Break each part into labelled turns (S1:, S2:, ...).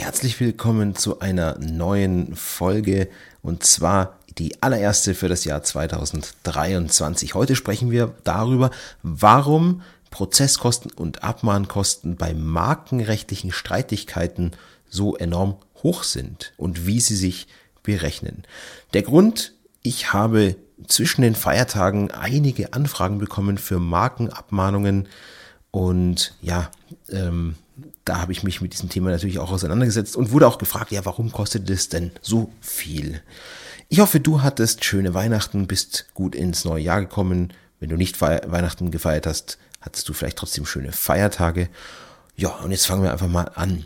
S1: Herzlich willkommen zu einer neuen Folge und zwar die allererste für das Jahr 2023. Heute sprechen wir darüber, warum Prozesskosten und Abmahnkosten bei markenrechtlichen Streitigkeiten so enorm hoch sind und wie sie sich berechnen. Der Grund: Ich habe zwischen den Feiertagen einige Anfragen bekommen für Markenabmahnungen und da habe ich mich mit diesem Thema natürlich auch auseinandergesetzt und wurde auch gefragt, warum kostet es denn so viel? Ich hoffe, du hattest schöne Weihnachten, bist gut ins neue Jahr gekommen. Wenn du nicht Weihnachten gefeiert hast, hattest du vielleicht trotzdem schöne Feiertage. Ja, und jetzt fangen wir einfach mal an.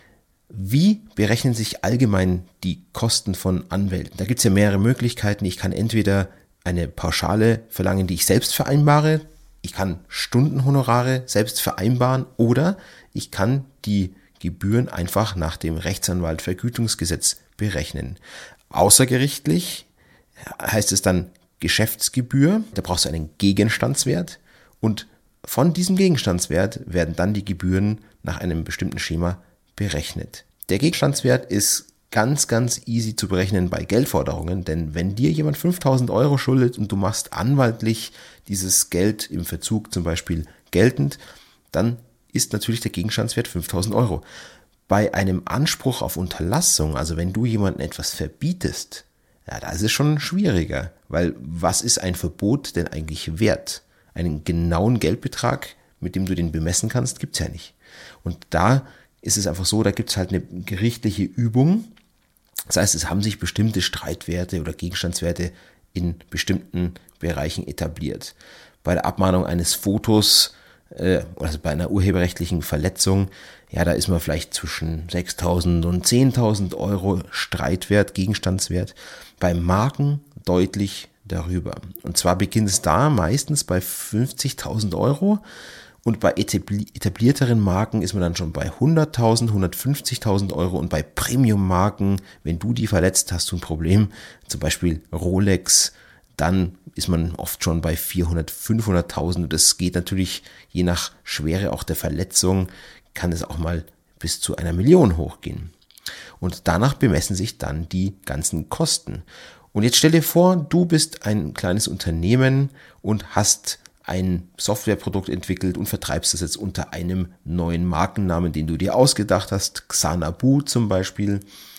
S1: Wie berechnen sich allgemein die Kosten von Anwälten? Da gibt es ja mehrere Möglichkeiten. Ich kann entweder eine Pauschale verlangen, die ich selbst vereinbare. Ich kann Stundenhonorare selbst vereinbaren oder ich kann die Gebühren einfach nach dem Rechtsanwaltvergütungsgesetz berechnen. Außergerichtlich heißt es dann Geschäftsgebühr, da brauchst du einen Gegenstandswert und von diesem Gegenstandswert werden dann die Gebühren nach einem bestimmten Schema berechnet. Der Gegenstandswert ist ganz easy zu berechnen bei Geldforderungen, denn wenn dir jemand 5.000 Euro schuldet und du machst anwaltlich dieses Geld im Verzug zum Beispiel geltend, dann ist natürlich der Gegenstandswert 5.000 Euro. Bei einem Anspruch auf Unterlassung, also wenn du jemandem etwas verbietest, da ist es schon schwieriger, weil was ist ein Verbot denn eigentlich wert? Einen genauen Geldbetrag, mit dem du den bemessen kannst, gibt's ja nicht. Und da ist es einfach so, da gibt's halt eine gerichtliche Übung. Das heißt, es haben sich bestimmte Streitwerte oder Gegenstandswerte in bestimmten Bereichen etabliert. Bei der Abmahnung eines Fotos, also bei einer urheberrechtlichen Verletzung, da ist man vielleicht zwischen 6.000 und 10.000 Euro Streitwert, Gegenstandswert. Bei Marken deutlich darüber. Und zwar beginnt es da meistens bei 50.000 Euro. Und bei etablierteren Marken ist man dann schon bei 100.000, 150.000 Euro und bei Premium-Marken, wenn du die verletzt, hast du ein Problem, zum Beispiel Rolex, dann ist man oft schon bei 400.000, 500.000 und das geht natürlich je nach Schwere auch der Verletzung, kann es auch mal bis zu 1 Million hochgehen. Und danach bemessen sich dann die ganzen Kosten. Und jetzt stell dir vor, du bist ein kleines Unternehmen und hast ein Softwareprodukt entwickelt und vertreibst das jetzt unter einem neuen Markennamen, den du dir ausgedacht hast, Xanadu zum Beispiel,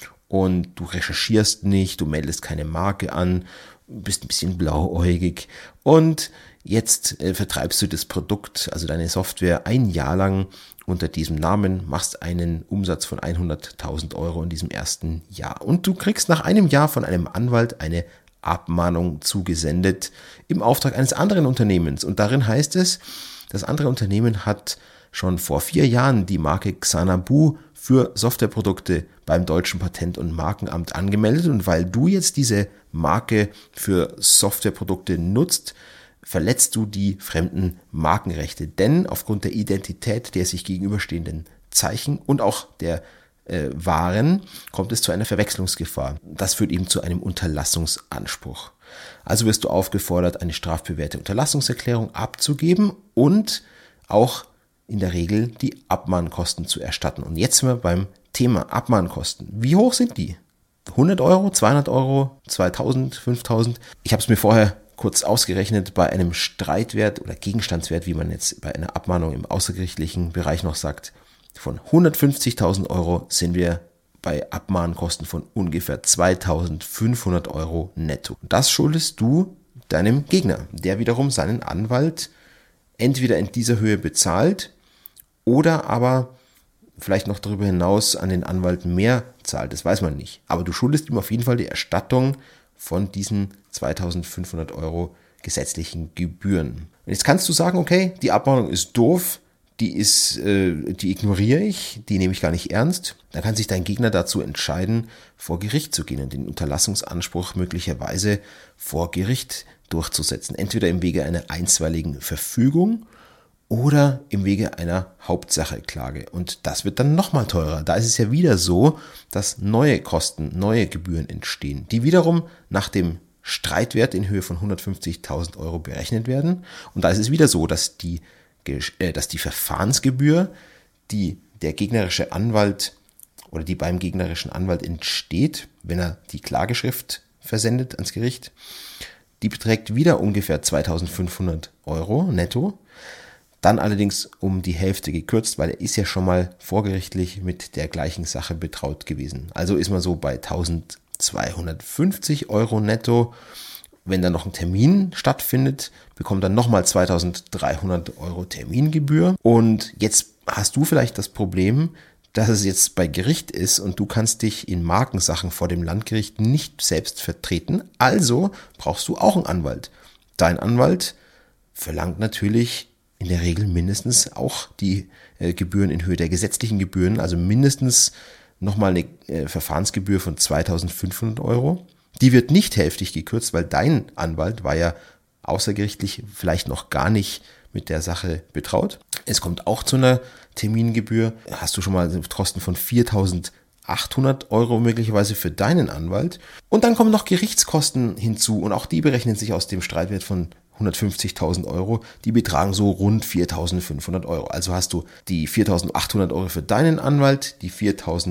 S1: und du recherchierst nicht, du meldest keine Marke an, bist ein bisschen blauäugig und jetzt vertreibst du das Produkt, also deine Software, ein Jahr lang unter diesem Namen, machst einen Umsatz von 100.000 Euro in diesem ersten Jahr und du kriegst nach einem Jahr von einem Anwalt eine Abmahnung zugesendet im Auftrag eines anderen Unternehmens. Und darin heißt es, das andere Unternehmen hat schon vor 4 Jahren die Marke Xanadu für Softwareprodukte beim Deutschen Patent- und Markenamt angemeldet. Und weil du jetzt diese Marke für Softwareprodukte nutzt, verletzt du die fremden Markenrechte. Denn aufgrund der Identität der sich gegenüberstehenden Zeichen und auch der Waren kommt es zu einer Verwechslungsgefahr. Das führt eben zu einem Unterlassungsanspruch. Also wirst du aufgefordert, eine strafbewährte Unterlassungserklärung abzugeben und auch in der Regel die Abmahnkosten zu erstatten. Und jetzt sind wir beim Thema Abmahnkosten. Wie hoch sind die? 100 Euro, 200 Euro, 2000, 5000? Ich habe es mir vorher kurz ausgerechnet, bei einem Streitwert oder Gegenstandswert, wie man jetzt bei einer Abmahnung im außergerichtlichen Bereich noch sagt, von 150.000 Euro sind wir bei Abmahnkosten von ungefähr 2.500 Euro netto. Das schuldest du deinem Gegner, der wiederum seinen Anwalt entweder in dieser Höhe bezahlt oder aber vielleicht noch darüber hinaus an den Anwalt mehr zahlt. Das weiß man nicht. Aber du schuldest ihm auf jeden Fall die Erstattung von diesen 2.500 Euro gesetzlichen Gebühren. Und jetzt kannst du sagen, okay, die Abmahnung ist doof, die ignoriere ich, die nehme ich gar nicht ernst. Dann kann sich dein Gegner dazu entscheiden, vor Gericht zu gehen und den Unterlassungsanspruch möglicherweise vor Gericht durchzusetzen. Entweder im Wege einer einstweiligen Verfügung oder im Wege einer Hauptsacheklage. Und das wird dann nochmal teurer. Da ist es ja wieder so, dass neue Kosten, neue Gebühren entstehen, die wiederum nach dem Streitwert in Höhe von 150.000 Euro berechnet werden. Und da ist es wieder so, dass die Verfahrensgebühr, die der gegnerische Anwalt oder die beim gegnerischen Anwalt entsteht, wenn er die Klageschrift versendet ans Gericht, die beträgt wieder ungefähr 2.500 Euro netto. Dann allerdings um die Hälfte gekürzt, weil er ist ja schon mal vorgerichtlich mit der gleichen Sache betraut gewesen. Also ist man so bei 1.250 Euro netto. Wenn dann noch ein Termin stattfindet, bekommt dann nochmal 2.300 Euro Termingebühr. Und jetzt hast du vielleicht das Problem, dass es jetzt bei Gericht ist und du kannst dich in Markensachen vor dem Landgericht nicht selbst vertreten. Also brauchst du auch einen Anwalt. Dein Anwalt verlangt natürlich in der Regel mindestens auch die Gebühren in Höhe der gesetzlichen Gebühren, also mindestens nochmal eine Verfahrensgebühr von 2.500 Euro. Die wird nicht hälftig gekürzt, weil dein Anwalt war ja außergerichtlich vielleicht noch gar nicht mit der Sache betraut. Es kommt auch zu einer Termingebühr. Hast du schon mal Kosten von 4.800 Euro möglicherweise für deinen Anwalt. Und dann kommen noch Gerichtskosten hinzu und auch die berechnen sich aus dem Streitwert von 150.000 Euro, die betragen so rund 4.500 Euro. Also hast du die 4.800 Euro für deinen Anwalt, die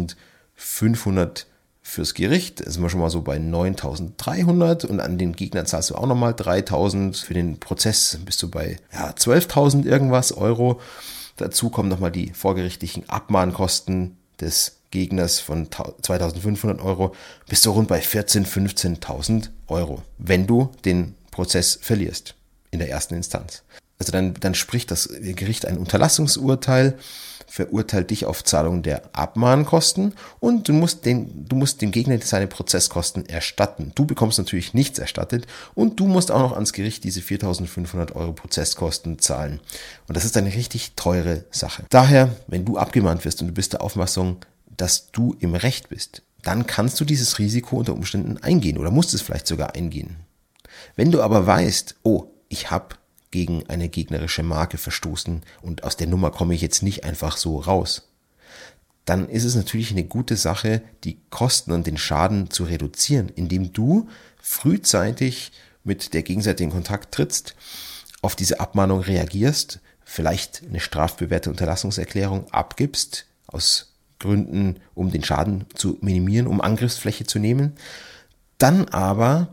S1: 4.500 fürs Gericht, da sind wir schon mal so bei 9.300 und an den Gegner zahlst du auch nochmal 3.000. Für den Prozess bist du bei 12.000 irgendwas Euro. Dazu kommen nochmal die vorgerichtlichen Abmahnkosten des Gegners von 2.500 Euro, bist du rund bei 14.000, 15.000 Euro, wenn du den Prozess verlierst in der ersten Instanz. Also dann spricht das Gericht ein Unterlassungsurteil, verurteilt dich auf Zahlung der Abmahnkosten und du musst dem Gegner seine Prozesskosten erstatten. Du bekommst natürlich nichts erstattet und du musst auch noch ans Gericht diese 4.500 Euro Prozesskosten zahlen. Und das ist eine richtig teure Sache. Daher, wenn du abgemahnt wirst und du bist der Auffassung, dass du im Recht bist, dann kannst du dieses Risiko unter Umständen eingehen oder musst es vielleicht sogar eingehen. Wenn du aber weißt, oh, ich habe gegen eine gegnerische Marke verstoßen und aus der Nummer komme ich jetzt nicht einfach so raus, dann ist es natürlich eine gute Sache, die Kosten und den Schaden zu reduzieren, indem du frühzeitig mit der Gegenseite in Kontakt trittst, auf diese Abmahnung reagierst, vielleicht eine strafbewährte Unterlassungserklärung abgibst, aus Gründen, um den Schaden zu minimieren, um Angriffsfläche zu nehmen, dann aber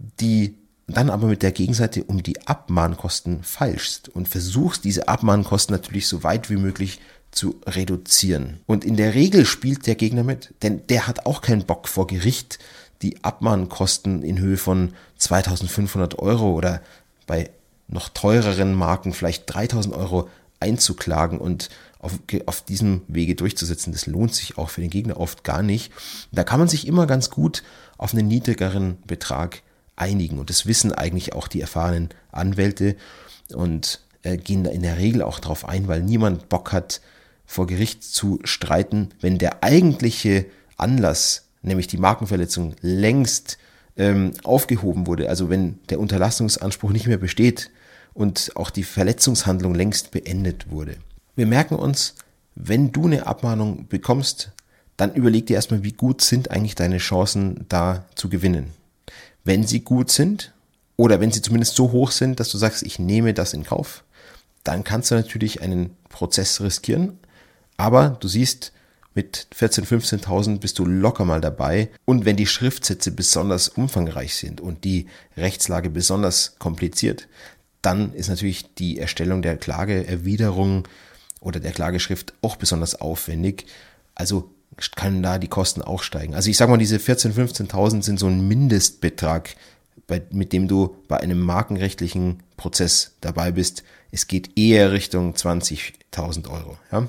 S1: mit der Gegenseite um die Abmahnkosten feilschst und versuchst, diese Abmahnkosten natürlich so weit wie möglich zu reduzieren. Und in der Regel spielt der Gegner mit, denn der hat auch keinen Bock vor Gericht, die Abmahnkosten in Höhe von 2.500 Euro oder bei noch teureren Marken vielleicht 3.000 Euro einzuklagen und auf diesem Wege durchzusetzen. Das lohnt sich auch für den Gegner oft gar nicht. Da kann man sich immer ganz gut auf einen niedrigeren Betrag einigen und das wissen eigentlich auch die erfahrenen Anwälte und gehen da in der Regel auch drauf ein, weil niemand Bock hat, vor Gericht zu streiten, wenn der eigentliche Anlass, nämlich die Markenverletzung, längst aufgehoben wurde, also wenn der Unterlassungsanspruch nicht mehr besteht und auch die Verletzungshandlung längst beendet wurde. Wir merken uns, wenn du eine Abmahnung bekommst, dann überleg dir erstmal, wie gut sind eigentlich deine Chancen, da zu gewinnen. Wenn sie gut sind oder wenn sie zumindest so hoch sind, dass du sagst, ich nehme das in Kauf, dann kannst du natürlich einen Prozess riskieren. Aber du siehst, mit 14.000, 15.000 bist du locker mal dabei. Und wenn die Schriftsätze besonders umfangreich sind und die Rechtslage besonders kompliziert, dann ist natürlich die Erstellung der Klageerwiderung oder der Klageschrift auch besonders aufwendig. Also können da die Kosten auch steigen. Also ich sage mal, diese 14.000, 15.000 sind so ein Mindestbetrag, mit dem du bei einem markenrechtlichen Prozess dabei bist. Es geht eher Richtung 20.000 Euro. Ja?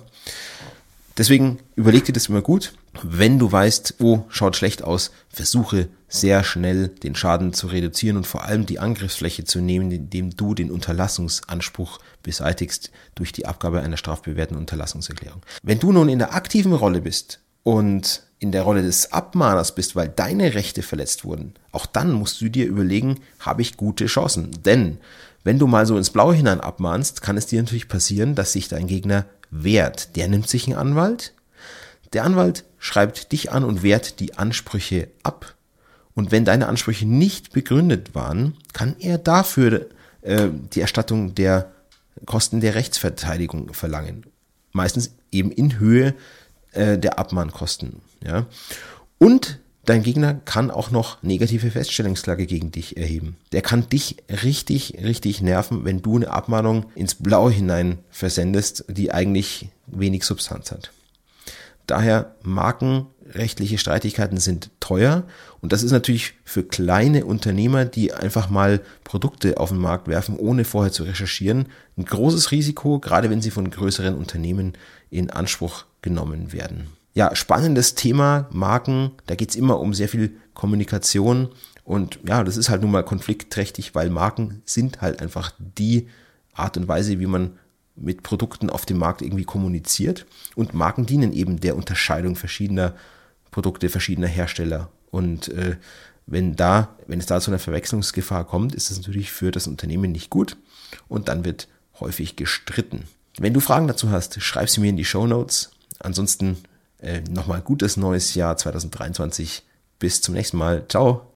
S1: Deswegen überleg dir das immer gut. Wenn du weißt, oh, schaut schlecht aus, versuche sehr schnell den Schaden zu reduzieren und vor allem die Angriffsfläche zu nehmen, indem du den Unterlassungsanspruch beseitigst durch die Abgabe einer strafbewährten Unterlassungserklärung. Wenn du nun in der aktiven Rolle bist und in der Rolle des Abmahners bist, weil deine Rechte verletzt wurden, auch dann musst du dir überlegen, habe ich gute Chancen? Denn wenn du mal so ins Blaue hinein abmahnst, kann es dir natürlich passieren, dass sich dein Gegner wehrt. Der nimmt sich einen Anwalt. Der Anwalt schreibt dich an und wehrt die Ansprüche ab. Und wenn deine Ansprüche nicht begründet waren, kann er dafür die Erstattung der Kosten der Rechtsverteidigung verlangen. Meistens eben in Höhe der Abmahnkosten. Ja? Und dein Gegner kann auch noch negative Feststellungsklage gegen dich erheben. Der kann dich richtig, richtig nerven, wenn du eine Abmahnung ins Blaue hinein versendest, die eigentlich wenig Substanz hat. Daher markenrechtliche Streitigkeiten sind teuer und das ist natürlich für kleine Unternehmer, die einfach mal Produkte auf den Markt werfen, ohne vorher zu recherchieren, ein großes Risiko, gerade wenn sie von größeren Unternehmen in Anspruch genommen werden. Ja, spannendes Thema, Marken, da geht es immer um sehr viel Kommunikation und ja, das ist halt nun mal konfliktträchtig, weil Marken sind halt einfach die Art und Weise, wie man mit Produkten auf dem Markt irgendwie kommuniziert und Marken dienen eben der Unterscheidung verschiedener Produkte, verschiedener Hersteller und wenn es da zu einer Verwechslungsgefahr kommt, ist das natürlich für das Unternehmen nicht gut und dann wird häufig gestritten. Wenn du Fragen dazu hast, schreib sie mir in die Shownotes. Ansonsten nochmal gutes neues Jahr 2023. Bis zum nächsten Mal. Ciao.